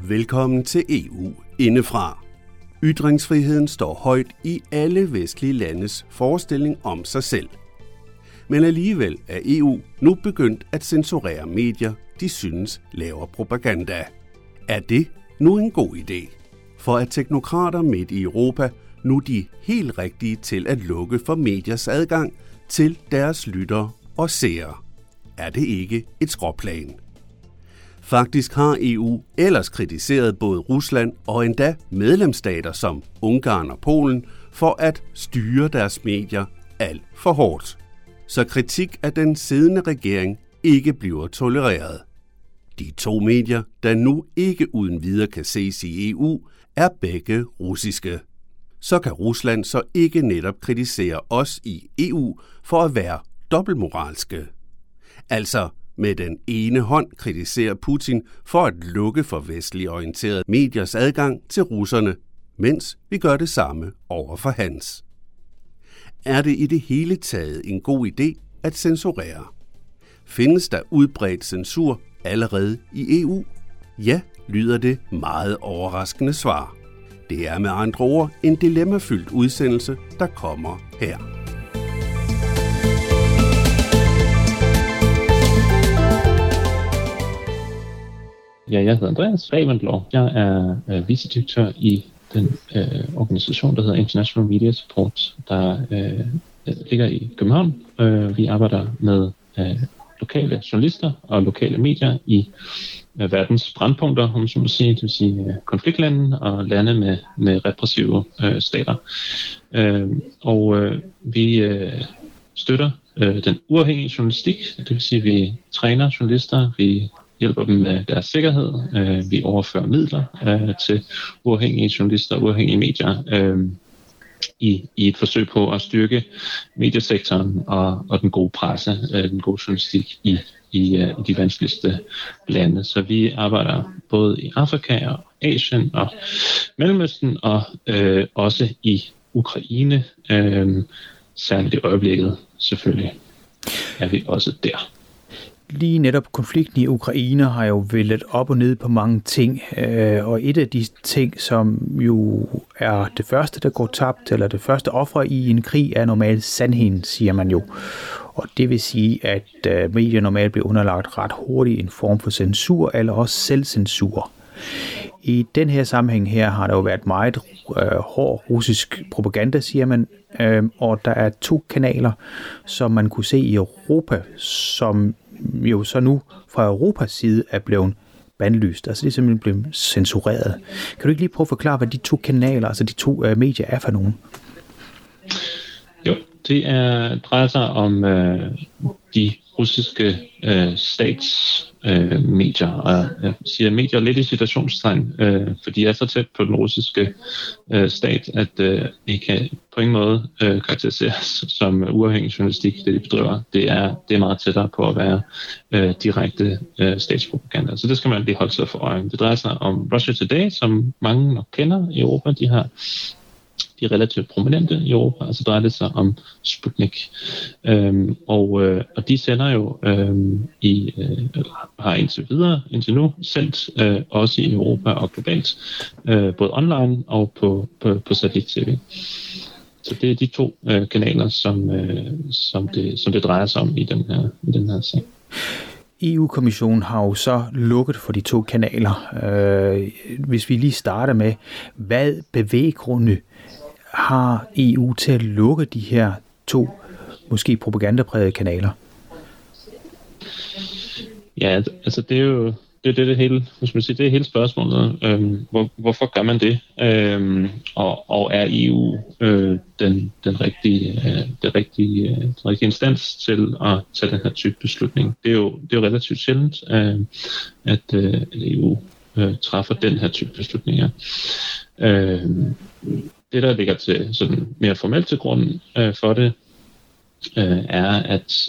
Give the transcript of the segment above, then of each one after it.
Velkommen til EU indefra. Ytringsfriheden står højt i alle vestlige landes forestilling om sig selv. Men alligevel er EU nu begyndt at censurere medier, de synes laver propaganda. Er det nu en god idé? For at teknokrater midt i Europa nu de helt rigtige til at lukke for mediers adgang til deres lyttere og seere? Er det ikke et skråplan? Faktisk har EU ellers kritiseret både Rusland og endda medlemsstater som Ungarn og Polen for at styre deres medier alt for hårdt. Så kritik af den siddende regering ikke bliver tolereret. De to medier, der nu ikke uden videre kan ses i EU, er begge russiske. Så kan Rusland så ikke netop kritisere os i EU for at være dobbeltmoralske. Altså med den ene hånd kritiserer Putin for at lukke for vestligt orienterede mediers adgang til russerne, mens vi gør det samme over for hans. Er det i det hele taget en god idé at censurere? Findes der udbredt censur allerede i EU? Ja, lyder det meget overraskende svar. Det er med andre ord en dilemmafyldt udsendelse, der kommer her. Ja, jeg hedder Andreas Ravenblå. Jeg er vicedirektør i den organisation, der hedder International Media Support, der ligger i København. Vi arbejder med lokale journalister og lokale medier i verdens brandpunkter, om man så må sige, det vil sige konfliktlande og lande med repressive stater. Vi støtter den uafhængige journalistik, det vil sige, at vi træner journalister, vi hjælper dem med deres sikkerhed, vi overfører midler til uafhængige journalister og uafhængige medier i et forsøg på at styrke mediesektoren og den gode presse, den gode journalistik i de vanskeligste lande. Så vi arbejder både i Afrika og Asien og Mellemøsten og også i Ukraine, særligt i øjeblikket selvfølgelig er vi også der. Lige netop konflikten i Ukraine har jo væltet op og ned på mange ting, og et af de ting, som jo er det første, der går tabt, eller det første offer i en krig, er normalt sandheden, siger man jo. Og det vil sige, at medier normalt bliver underlagt ret hurtigt en form for censur, eller også selvcensur. I den her sammenhæng her har der jo været meget hård russisk propaganda, siger man, og der er 2 kanaler, som man kunne se i Europa, som jo så nu fra Europas side er blevet bandlyst. Altså det er simpelthen blevet censureret. Kan du ikke lige prøve at forklare, hvad de 2 kanaler, altså de 2 medier er for nogen? Jo, det drejer sig om de russiske statsmedier, og jeg siger medier lidt i citationstegn, for de er så tæt på den russiske stat, at de kan på ingen måde karakteriseres som uafhængig journalistik, det de bedriver. Det er meget tættere på at være direkte statspropaganda. Så det skal man lige holde sig for øje. Det drejer sig om Russia Today, som mange nok kender i Europa. De er relativt prominente i Europa, altså drejer det sig om Sputnik. Og de sender jo har indtil nu sendt også i Europa og globalt, både online og på satellit-tv. Så det er de 2 kanaler, som det drejer sig om i den her sag. EU-kommissionen har jo så lukket for de 2 kanaler. Hvis vi lige starter med, hvad bevæggrunde har EU til at lukke de her 2 måske propagandaprægede kanaler? Ja, altså det er jo det hele, hvis man siger, det er hele spørgsmålet. Hvorfor gør man det? Og er EU den rigtige instans til at tage den her type beslutning? Det er jo relativt sjældent, at EU træffer den her type beslutninger. Det, der ligger til sådan mere formelt til grund for det, er, at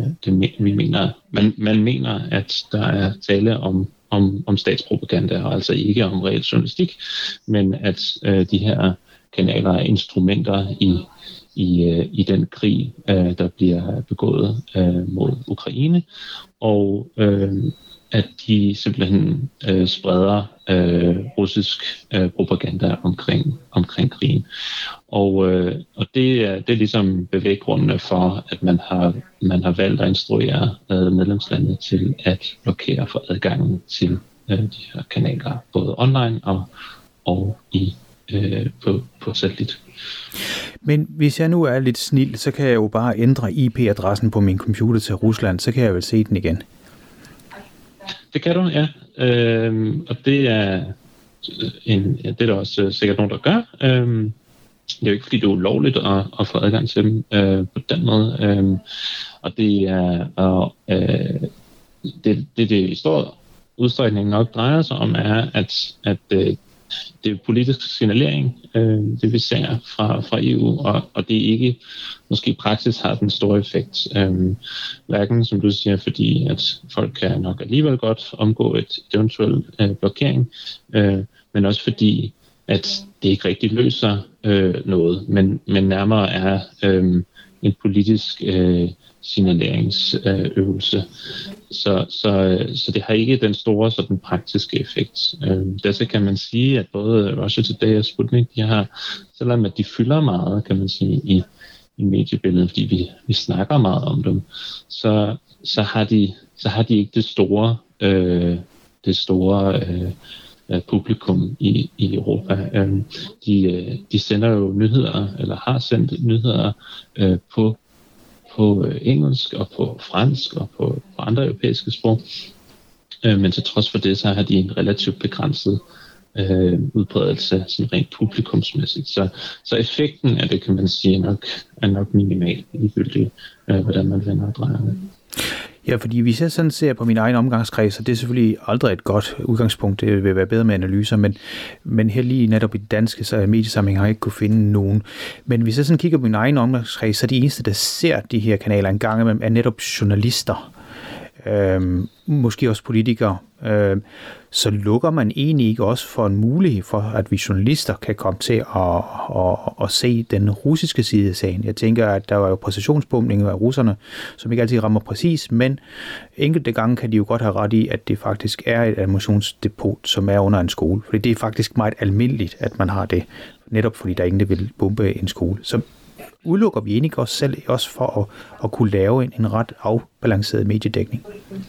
man mener, at der er tale om statspropaganda, og altså ikke om reel journalistik, men at de her kanaler er instrumenter i den krig, der bliver begået mod Ukraine, og at de simpelthen spreder russisk propaganda omkring krigen. Og det er ligesom bevæggrundene for, at man har valgt at instruere medlemslandet til at blokere for adgangen til de her kanaler, både online og på satellit. Men hvis jeg nu er lidt snild, så kan jeg jo bare ændre IP-adressen på min computer til Rusland, så kan jeg vel se den igen. Det kan du, ja. Og det er det er der også sikkert nogen, der gør. Det er jo ikke, fordi det er ulovligt at få adgang til dem på den måde. Og det er det i stor udstrækning nok drejer sig om, er, at det er politisk signalering, det vi ser fra EU, og det ikke måske i praksis har den store effekt. Hverken, som du siger, fordi at folk kan nok alligevel godt omgå et eventuelt blokering, men også fordi, at det ikke rigtig løser noget, men nærmere er en politisk signaleringsøvelse. Så det har ikke den store sådan praktiske effekt. Derfor kan man sige, at både Russia Today og Sputnik, de har, selvom at de fylder meget, kan man sige, i mediebilledet, fordi vi snakker meget om dem, så har de ikke det store publikum i Europa. De sender jo nyheder, eller har sendt nyheder på engelsk og på fransk og på andre europæiske sprog. Men til trods for det, så har de en relativt begrænset udbredelse, sådan rent publikumsmæssigt. Så effekten af det, kan man sige, er nok minimal, ligegyldigt, hvordan man vender og drejer det. Ja, fordi hvis jeg sådan ser på min egen omgangskreds, så det er selvfølgelig aldrig et godt udgangspunkt, det vil være bedre med analyser, men her lige netop i den danske så mediesammenhæng har jeg ikke kunne finde nogen. Men hvis jeg sådan kigger på min egen omgangskreds, så er de eneste, der ser de her kanaler en gang imellem, er netop journalister. Måske også politikere, så lukker man egentlig ikke også for en mulighed for, at vi journalister kan komme til at se den russiske side af sagen. Jeg tænker, at der var jo præcisionsbombning af russerne, som ikke altid rammer præcis, men enkelte gange kan de jo godt have ret i, at det faktisk er et ammunitionsdepot, som er under en skole. Fordi det er faktisk meget almindeligt, at man har det, netop fordi der er ingen, der vil bombe en skole. Så udelukker vi egentlig også selv også for at kunne lave en ret afbalanceret mediedækning?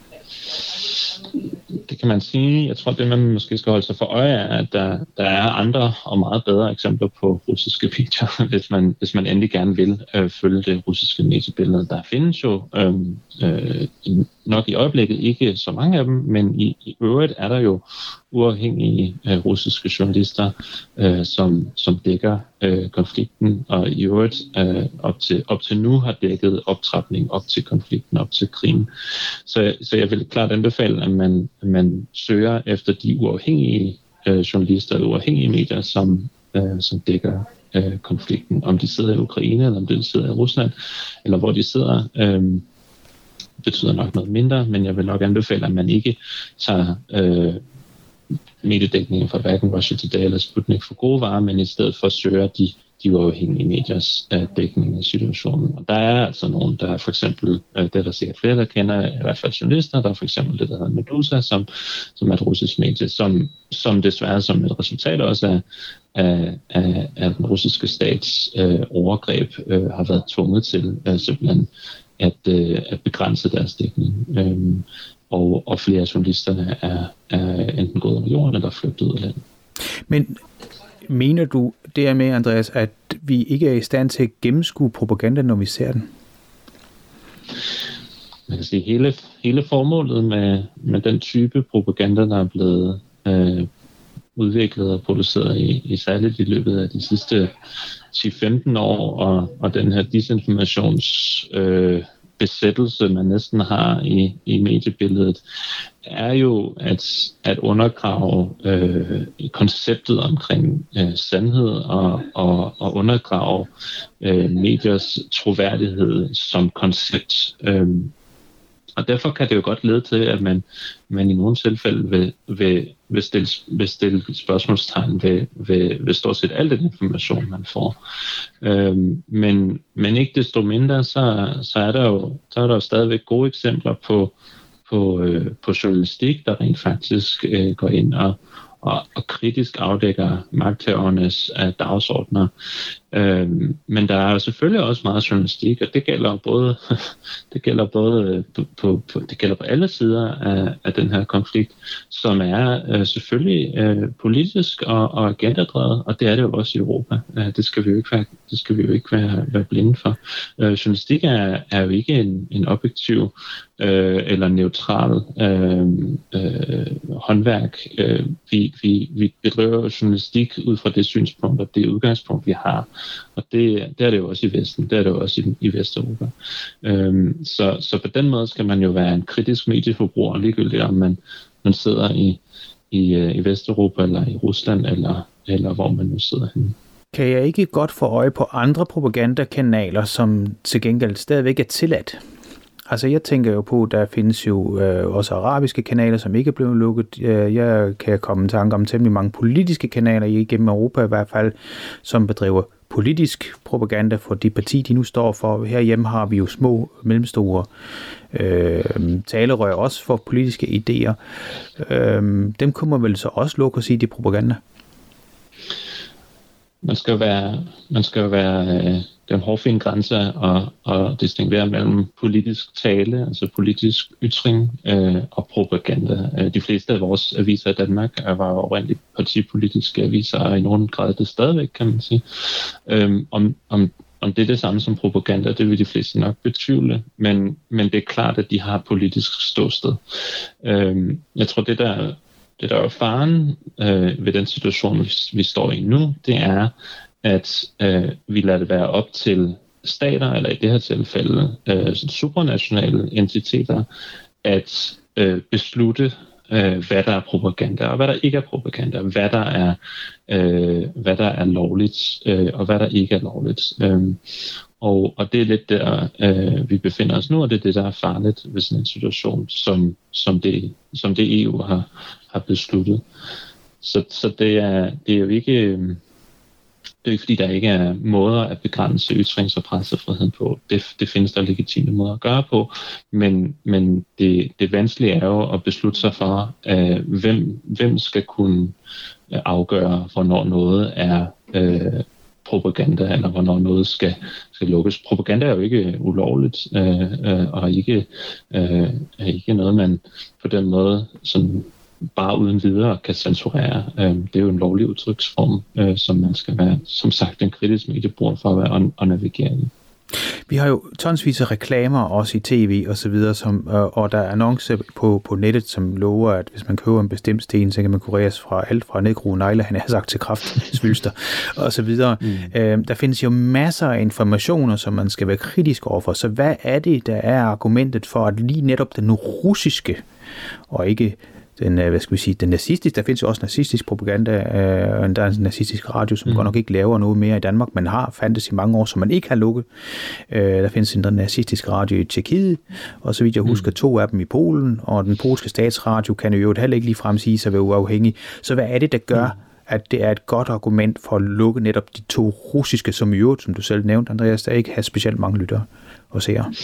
Det kan man sige. Jeg tror, det man måske skal holde sig for øje er, at der er andre og meget bedre eksempler på russiske medier, hvis man endelig gerne vil følge det russiske mediebillede. Der findes jo nok i øjeblikket ikke så mange af dem, men i øvrigt er der jo uafhængige russiske journalister, som dækker konflikten, og i øvrigt op til nu har dækket optrapning op til konflikten, op til krigen. Så jeg vil klart anbefale, at man søger efter de uafhængige journalister, uafhængige medier, som dækker konflikten. Om de sidder i Ukraine, eller om de sidder i Rusland, eller hvor de sidder, betyder nok noget mindre, men jeg vil nok anbefale, at man ikke tager mediedækningen fra hverken Russia Today eller Sputnik for gode varer, men i stedet for søger de uafhængige mediers dækning af situationen. Og der er altså nogen, der for eksempel, det er der sikkert flere, der kender, i hvert fald journalister, der er for eksempel det, der hedder Medusa, som er et russisk medie, som desværre som et resultat også af den russiske stats overgreb har været tvunget til simpelthen at begrænse deres dækning. Og flere af journalisterne er enten gået under jorden eller flygtet ud af landet. Men mener du det med, Andreas, at vi ikke er i stand til at gennemskue propaganda, når vi ser den? Man kan sige, hele formålet med den type propaganda, der er blevet udviklet og produceret i særligt i løbet af de sidste 10-15 år, og den her disinformations besættelse, man næsten har i mediebilledet, er jo at undergrave konceptet omkring sandhed og undergrave mediers troværdighed som koncept. Og derfor kan det jo godt lede til, at man i nogle tilfælde vil stille spørgsmålstegn ved stort set al den information, man får. Men ikke desto mindre, så er der jo stadigvæk gode eksempler på på journalistik, der rent faktisk går ind og kritisk afdækker magthavernes dagsordner. Men der er jo selvfølgelig også meget journalistik, og det gælder på alle sider af den her konflikt, som er selvfølgelig politisk og agendadrevet, og det er det jo også i Europa. Det skal vi jo ikke være blinde for. Journalistik er jo ikke en objektiv eller neutral håndværk. Vi bedriver journalistik ud fra det synspunkt og det udgangspunkt, vi har. Og det er det jo også i Vesten, det er det jo også i Vesteuropa. Så på den måde skal man jo være en kritisk medieforbruger, ligegyldigt om man sidder i Vesteuropa eller i Rusland eller hvor man nu sidder henne. Kan jeg ikke godt få øje på andre propagandakanaler, som til gengæld stadigvæk er tilladt? Altså jeg tænker jo på, der findes jo også arabiske kanaler, som ikke er blevet lukket. Jeg kan komme i tanke om temmelig mange politiske kanaler igennem Europa i hvert fald, som bedriver politisk propaganda for de parti, de nu står for. Herhjemme har vi jo små, mellemstore talerør også for politiske idéer. Dem kunne man vel så også lukke og sige, de propaganda? Man skal jo være den hårfine grænse og distinguere mellem politisk tale, altså politisk ytring og propaganda. De fleste af vores aviser i Danmark var jo oprindeligt partipolitiske aviser, og i nogen grad det stadigvæk, kan man sige. Om det er det samme som propaganda, det vil de fleste nok betvivle, men det er klart, at de har politisk ståsted. Jeg tror, det der er faren ved den situation, vi står i nu, det er, at vi lader det være op til stater, eller i det her tilfælde supranationale entiteter, at beslutte, hvad der er propaganda, og hvad der ikke er propaganda, hvad der er lovligt, og hvad der ikke er lovligt. Og det er lidt der, vi befinder os nu, og det er det, der er farligt ved sådan en situation, som det EU har besluttet. Så det er jo ikke... Det er ikke fordi, der ikke er måder at begrænse ytrings- og pressefriheden på. Det findes der legitime måder at gøre på, men det vanskelige er jo at beslutte sig for, hvem skal kunne afgøre, hvornår noget er propaganda, eller hvornår noget skal lukkes. Propaganda er jo ikke ulovligt, og ikke noget, man på den måde sådan bare uden videre kan censurere. Det er jo en lovlig udtryksform, som man skal være, som sagt, en kritisk mediebruger for at være og navigere i. Vi har jo tonsvis af reklamer også i tv og så videre, og der er annoncer på nettet, som lover, at hvis man køber en bestemt sten, så kan man kureres fra alt fra nedgroede negle, han har sagt, til kræftsvulster og så videre. Der findes jo masser af informationer, som man skal være kritisk overfor. Så hvad er det, der er argumentet for, at lige netop den russiske, og ikke den nazistiske, der findes jo også nazistisk propaganda, der er en nazistisk radio, som godt nok ikke laver noget mere i Danmark, men fandtes i mange år, som man ikke har lukket. Der findes en nazistisk radio i Tjekkiet, og så vidt jeg husker 2 af dem i Polen, og den polske statsradio kan jo heller ikke ligefrem sige sig at være uafhængig. Så hvad er det, der gør, at det er et godt argument for at lukke netop de 2 russiske, som i øvrigt, som du selv nævnte, Andreas, der ikke har specielt mange lyttere og seere?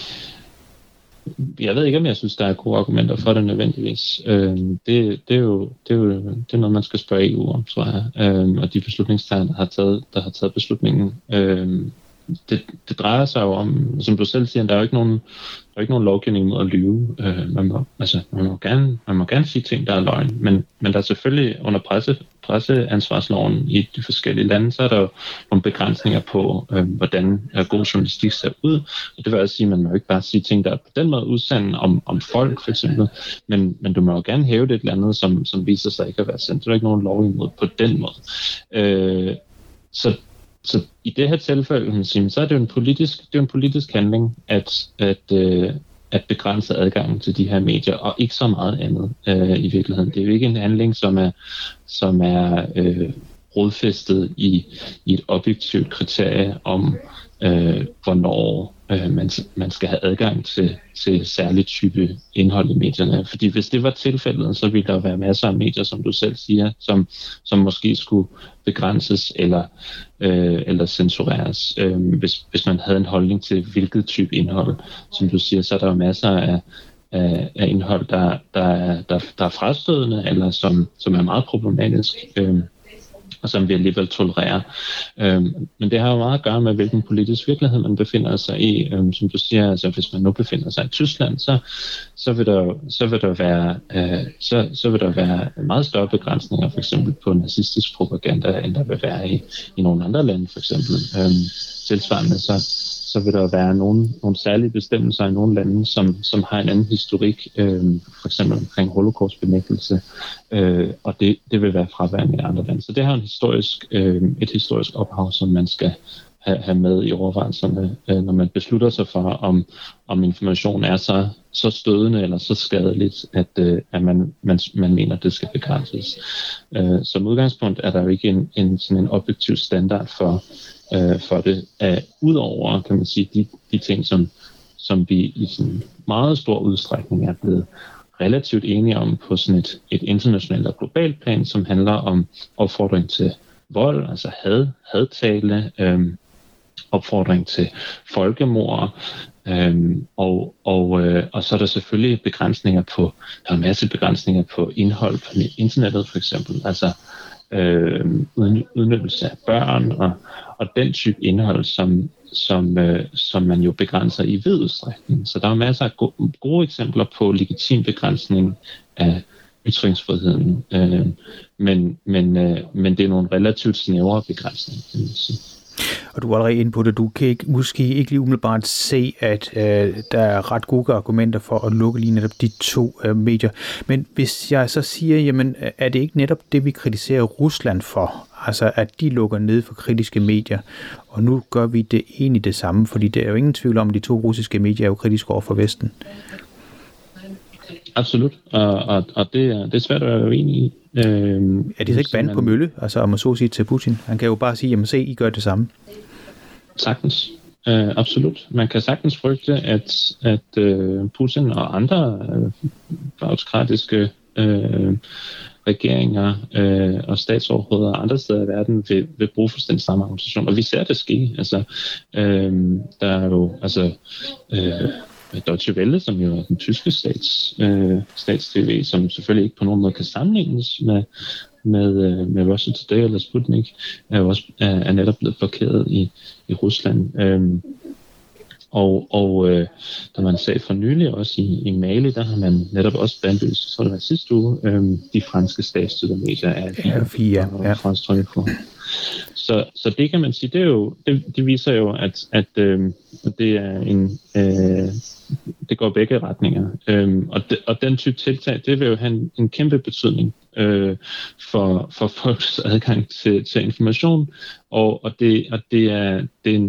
Jeg ved ikke, om jeg synes, der er gode argumenter for det nødvendigvis. Det er noget, man skal spørge EU om, tror jeg. Og de beslutningstagere, der har taget beslutningen. Det drejer sig jo om, som du selv siger, der er jo ikke nogen lovgivning mod at lyve. Man må gerne sige ting, der er løgn, men der er selvfølgelig under presseansvarsloven i de forskellige lande, så er der jo nogle begrænsninger på, hvordan god journalistik ser ud. Og det vil altså sige, at man må ikke bare sige ting, der er på den måde udsande om folk, for eksempel. Men du må jo gerne hæve det et eller andet, som viser sig ikke at være sandt. Der er ikke nogen lov imod på den måde. Så i det her tilfælde, så er det jo en politisk handling, at begrænse adgangen til de her medier, og ikke så meget andet i virkeligheden. Det er jo ikke en handling, som er rodfæstet i et objektivt kriterie om, hvornår man skal have adgang til særlig type indhold i medierne. Fordi hvis det var tilfældet, så ville der være masser af medier, som du selv siger, som måske skulle begrænses eller censureres. Hvis man havde en holdning til hvilket type indhold, som du siger, så er der jo masser af indhold, der er frastødende, eller som er meget problematisk, og som vi alligevel tolererer. Men det har jo meget at gøre med, hvilken politisk virkelighed man befinder sig i. Som du siger, altså hvis man nu befinder sig i Tyskland, så vil der være meget større begrænsninger, for eksempel på nazistisk propaganda, end der vil være i nogle andre lande, for eksempel. Tilsvarende så vil der være nogle særlige bestemmelser i nogle lande, som har en anden historik, for eksempel omkring holocaustbenægtelse, og det vil være fraværende i andre lande. Så det har et historisk ophav, som man skal have med i overvejelserne, når man beslutter sig for, om information er så stødende eller så skadeligt, at man mener, at det skal begrænses. Som udgangspunkt er der jo ikke sådan en objektiv standard for det, udover, kan man sige, de ting, som vi i sådan meget stor udstrækning er blevet relativt enige om på sådan et internationalt og globalt plan, som handler om opfordring til vold, altså hadtale, opfordring til folkemord, og så er der selvfølgelig begrænsninger der er en masse begrænsninger på indhold på internettet, for eksempel, altså udnyttelse af børn og den type indhold, som man jo begrænser i vid udstrækning. Så der er masser af gode eksempler på legitim begrænsning af ytringsfriheden, men det er nogle relativt snævre begrænsninger, kan man sige. Og du er allerede inde på det. Du kan måske ikke lige umiddelbart se, at der er ret gode argumenter for at lukke lige netop de to medier. Men hvis jeg så siger, jamen er det ikke netop det, vi kritiserer Rusland for? Altså at de lukker ned for kritiske medier, og nu gør vi det egentlig det samme, fordi det er jo ingen tvivl om, at de to russiske medier er jo kritiske over for Vesten. Absolut, og det er svært at være uenig i. Er det så ikke vand på mølle, altså om man så sige til Putin? Han kan jo bare sige, jamen se, I gør det samme. Sagtens. Absolut. Man kan sagtens frygte, at Putin og andre autokratiske regeringer og statsoverhoveder andre steder i verden vil bruge fuldstændig samme argumentation. Og vi ser det ske. Altså, der er jo Deutsche Welle, som jo er den tyske stats-tv, som selvfølgelig ikke på nogen måde kan sammenlignes med Russia Today eller Sputnik, er netop blevet blokeret i Rusland. Der var en sag for nylig også i Mali, der har man netop også bandlyst, så det var sidste uge, de franske statsstøttede medier af fransk trykket. Så det kan man sige, det viser jo, at det er det går begge retninger. Og den type tiltag, det vil jo have en kæmpe betydning for folks adgang til information, og det er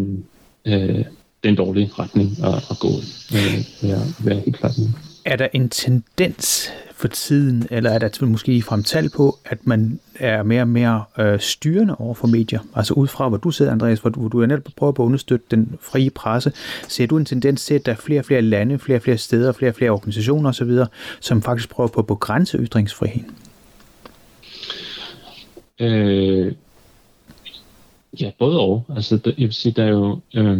en dårlig retning at gå være helt klart. Er der en tendens for tiden, eller er der måske fremtal på, at man er mere og mere styrende over for medier? Altså ud fra, hvor du sidder, Andreas, hvor du er netop prøver på at understøtte den frie presse. Ser du en tendens til, at der er flere og flere lande, flere og flere steder, flere og flere organisationer osv., som faktisk prøver på at begrænse ytringsfriheden? Ja, både og. Altså, jeg vil sige, der er jo...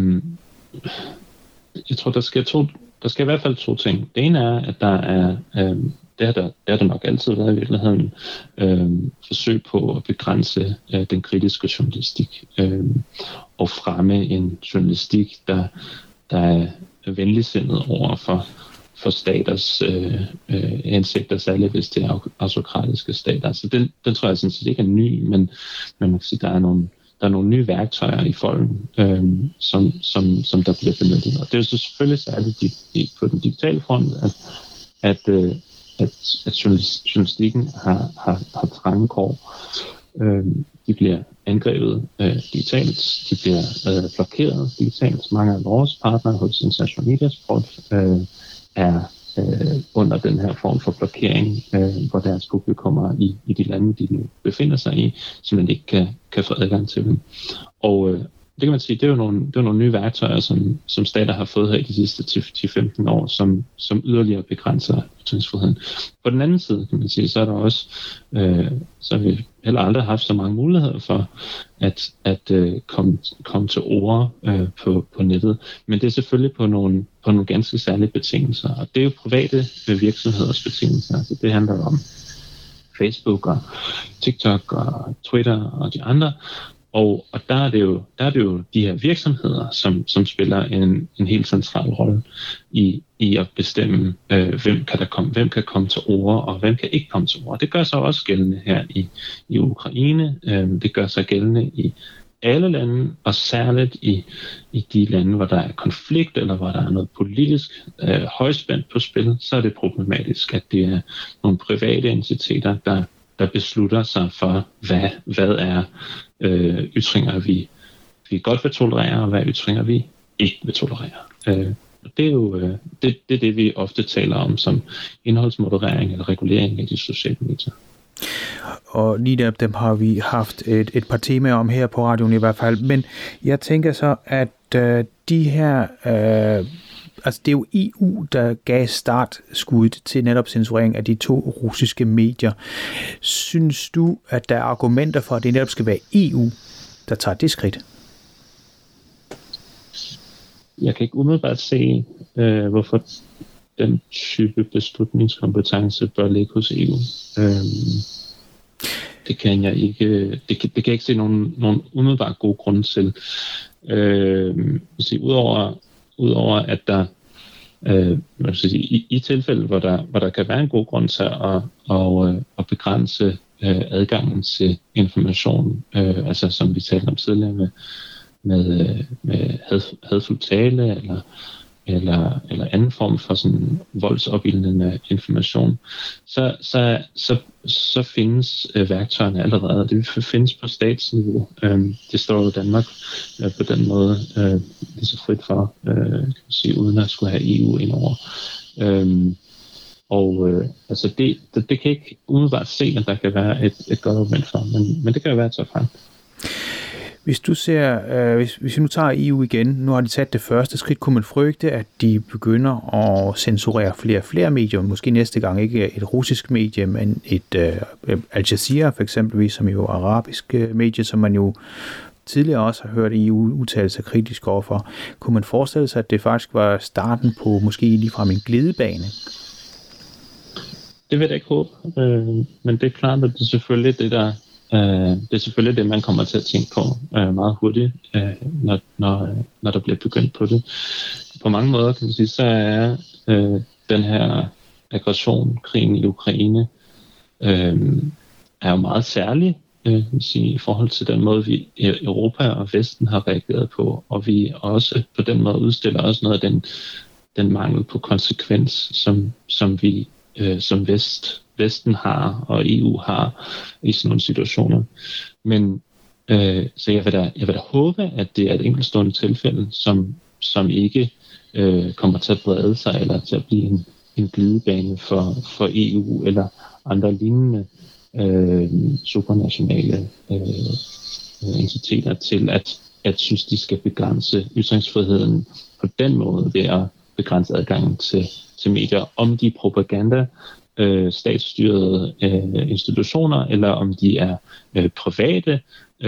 jeg tror, der skal i hvert fald to ting. Det ene er, at der er... Det har der nok altid været i virkeligheden, forsøg på at begrænse den kritiske journalistik og fremme en journalistik, der er venligsindet over for staters hensigter, særligt hvis det er autokratiske stater. Så den tror jeg sådan set ikke er ny, men man kan sige, der er nogle nye værktøjer i folden, som der bliver benyttet. Og det er jo selvfølgelig særligt på den digitale front, at journalistikken har trange kår. De bliver angrebet digitalt, de bliver blokeret digitalt. Mange af vores partnere hos International Media Support er under den her form for blokering, hvor deres publikummer i de lande, de nu befinder sig i, simpelthen ikke kan få adgang til dem. Og det kan man sige, det er jo nogle nye værktøjer, som stater har fået her i de sidste 10-15 år, som yderligere begrænser ytringsfriheden. På den anden side, kan man sige, så er der også, så har vi heller aldrig haft så mange muligheder for at komme til ord på nettet. Men det er selvfølgelig på nogle ganske særlige betingelser. Og det er jo private virksomheders betingelser. Altså det handler om Facebook og TikTok og Twitter og de andre. Og der er det jo de her virksomheder, som spiller en helt central rolle i at bestemme, hvem kan komme til ord, og hvem kan ikke komme til ord. Det gør sig også gældende her i Ukraine. Det gør sig gældende i alle lande, og særligt i de lande, hvor der er konflikt, eller hvor der er noget politisk højspændt på spil, så er det problematisk, at det er nogle private entiteter, der beslutter sig for, hvad er ytringer, vi godt vil tolerere, og hvad ytringer vi ikke vil tolerere. Det er jo det, vi ofte taler om som indholdsmoderering eller regulering af de sociale medier. Og lige dem har vi haft et par temaer om her på radioen i hvert fald. Men jeg tænker så, at de her... altså det er jo EU, der gav startskuddet til netop censurering af de 2 russiske medier. Synes du, at der er argumenter for, at det netop skal være EU, der tager det skridt? Jeg kan ikke umiddelbart se, hvorfor den type beslutningskompetence bør ligge hos EU. Det kan jeg ikke. Det kan jeg ikke se nogen umiddelbart gode grunde til. Udover at der i tilfælde, hvor der kan være en god grund til at begrænse adgangen til information, altså som vi talte om tidligere med hadfuld tale eller anden form for sådan voldsopildnende information, så findes værktøjerne allerede. Det findes på statsniveau. Det står jo Danmark på den måde lige så frit for, kan man sige, uden at skulle have EU indover. Altså det kan ikke umiddelbart se, at der kan være et godt argument for, men det kan jo være så frem. Hvis du ser, hvis vi nu tager EU igen, nu har de taget det første skridt, kunne man frygte, at de begynder at censurere flere medier, måske næste gang ikke et russisk medie, men et Al Jazeera for eksempelvis, som jo er arabisk medie, som man jo tidligere også har hørt EU udtale sig kritisk overfor. Kunne man forestille sig, at det faktisk var starten på måske ligefrem en glidebane? Det vil jeg ikke håbe, men det er klart, at det er selvfølgelig det, man kommer til at tænke på meget hurtigt, når der bliver begyndt på det. På mange måder, kan man sige, så er den her aggression, krigen i Ukraine, er jo meget særlig, kan man sige, i forhold til den måde, vi i Europa og Vesten har reageret på, og vi også på den måde udstiller også noget af den mangel på konsekvens, som vi som Vesten har, og EU har i sådan nogle situationer. Men så jeg vil da håbe, at det er et enkeltstående tilfælde, som ikke kommer til at brede sig, eller til at blive en glidebane for EU eller andre lignende supranationale entiteter til at synes, de skal begrænse ytringsfriheden på den måde ved at begrænse adgangen til medier, om de propaganda statsstyrede institutioner, eller om de er private,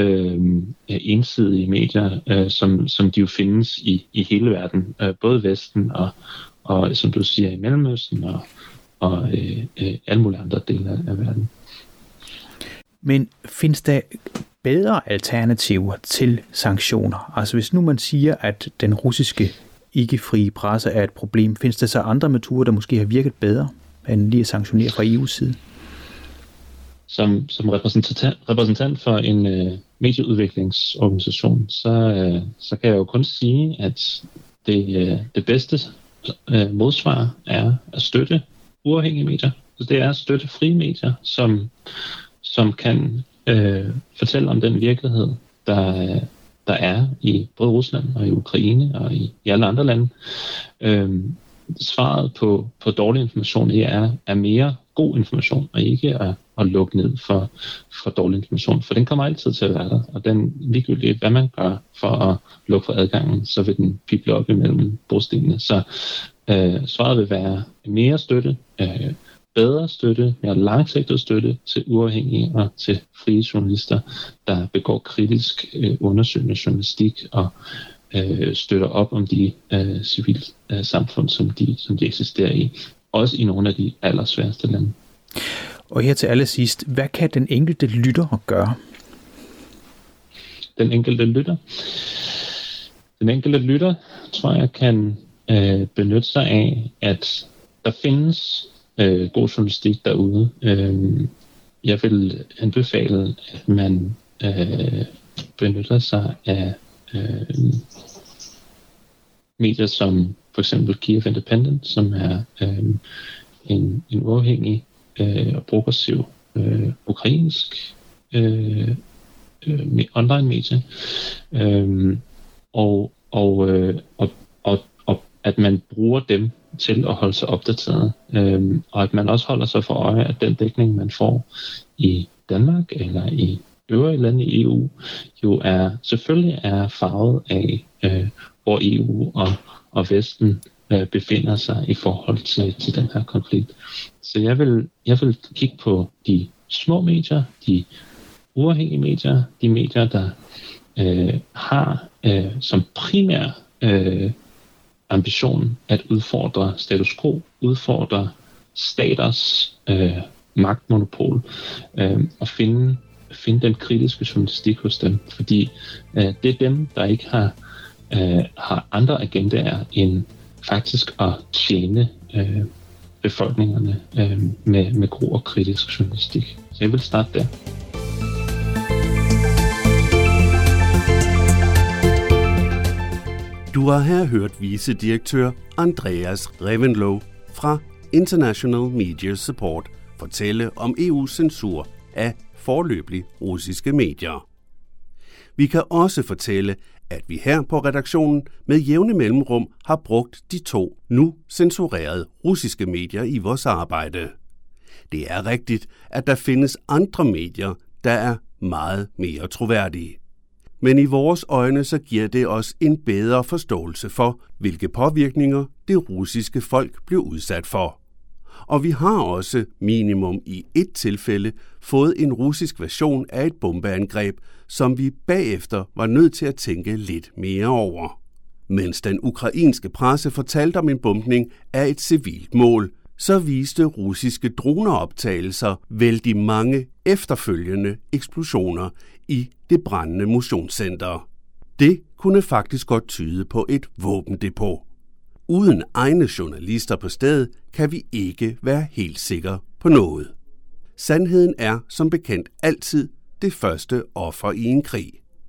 ensidige medier, som de jo findes i hele verden, både Vesten og som du siger, i Mellemøsten og alle mulige andre dele af verden. Men findes der bedre alternativer til sanktioner? Altså hvis nu man siger, at den russiske ikke-frie presse er et problem, findes der så andre metoder, der måske har virket bedre end lige at sanktionere fra EU's side? Som repræsentant for en medieudviklingsorganisation, så kan jeg jo kun sige, at det bedste modsvar er at støtte uafhængige medier. Så det er at støtte frie medier, som kan fortælle om den virkelighed, der er i både Rusland og i Ukraine og i alle andre lande. Svaret på dårlig information er mere god information, og ikke at lukke ned for dårlig information, for den kommer altid til at være der, og den ligegyldigt, hvad man gør for at lukke for adgangen, så vil den pible op imellem brostenene. Så svaret vil være mere støtte, bedre støtte, mere langsigtet støtte til uafhængige og til frie journalister, der begår kritisk undersøgende journalistik og støtter op om de civile samfund, som de eksisterer i. Også i nogle af de allersværeste lande. Og her til allersidst, hvad kan den enkelte lytter gøre? Den enkelte lytter, tror jeg, kan benytte sig af, at der findes god journalistik derude. Jeg vil anbefale, at man benytter sig af medier som for eksempel Kyiv Independent, som er en uafhængig og progressiv ukrainsk online medie, og at man bruger dem til at holde sig opdateret, og at man også holder sig for øje, at den dækning, man får i Danmark eller i øvrige lande i EU, jo selvfølgelig er farvet af, hvor EU og Vesten befinder sig i forhold til den her konflikt. Så jeg vil kigge på de små medier, de uafhængige medier, de medier, der har som primær ambition at udfordre status quo, udfordre staters magtmonopol, og finde den kritiske journalistik hos dem. Fordi det er dem, der ikke har andre agendaer end faktisk at tjene befolkningerne med god og kritisk journalistik. Så jeg vil starte der. Du har her hørt vicedirektør Andreas Reventlow fra International Media Support fortælle om EU's censur af foreløbig russiske medier. Vi kan også fortælle, at vi her på redaktionen med jævne mellemrum har brugt de 2 nu censurerede russiske medier i vores arbejde. Det er rigtigt, at der findes andre medier, der er meget mere troværdige. Men i vores øjne så giver det os en bedre forståelse for, hvilke påvirkninger det russiske folk blev udsat for. Og vi har også minimum i et tilfælde fået en russisk version af et bombeangreb, som vi bagefter var nødt til at tænke lidt mere over. Mens den ukrainske presse fortalte om en bombning af et civilt mål, så viste russiske droneoptagelser vældig mange efterfølgende eksplosioner i det brændende motionscenter. Det kunne faktisk godt tyde på et våbendepot. Uden egne journalister på stedet kan vi ikke være helt sikre på noget. Sandheden er som bekendt altid det første offer i en krig.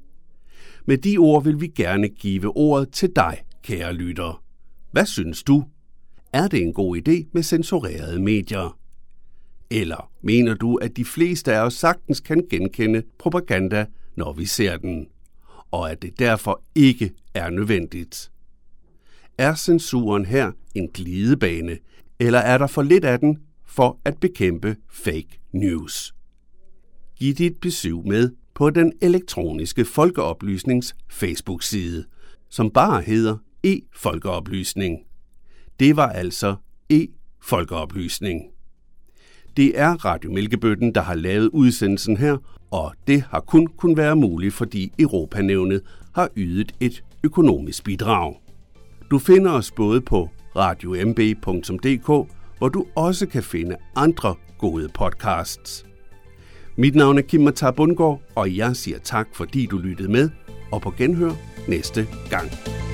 Med de ord vil vi gerne give ordet til dig, kære lytter. Hvad synes du? Er det en god idé med censurerede medier? Eller mener du, at de fleste af os sagtens kan genkende propaganda, når vi ser den, og at det derfor ikke er nødvendigt? Er censuren her en glidebane, eller er der for lidt af den for at bekæmpe fake news? Giv dit besøg med på den elektroniske folkeoplysnings Facebook-side, som bare hedder e-folkeoplysning. Det var altså e-folkeoplysning. Det er Radio Mælkebøtten, der har lavet udsendelsen her, og det har kun være muligt, fordi Europanævnet har ydet et økonomisk bidrag. Du finder os både på radiomb.dk, hvor du også kan finde andre gode podcasts. Mit navn er Kim Matar Bundgaard, og jeg siger tak, fordi du lyttede med, og på genhør næste gang.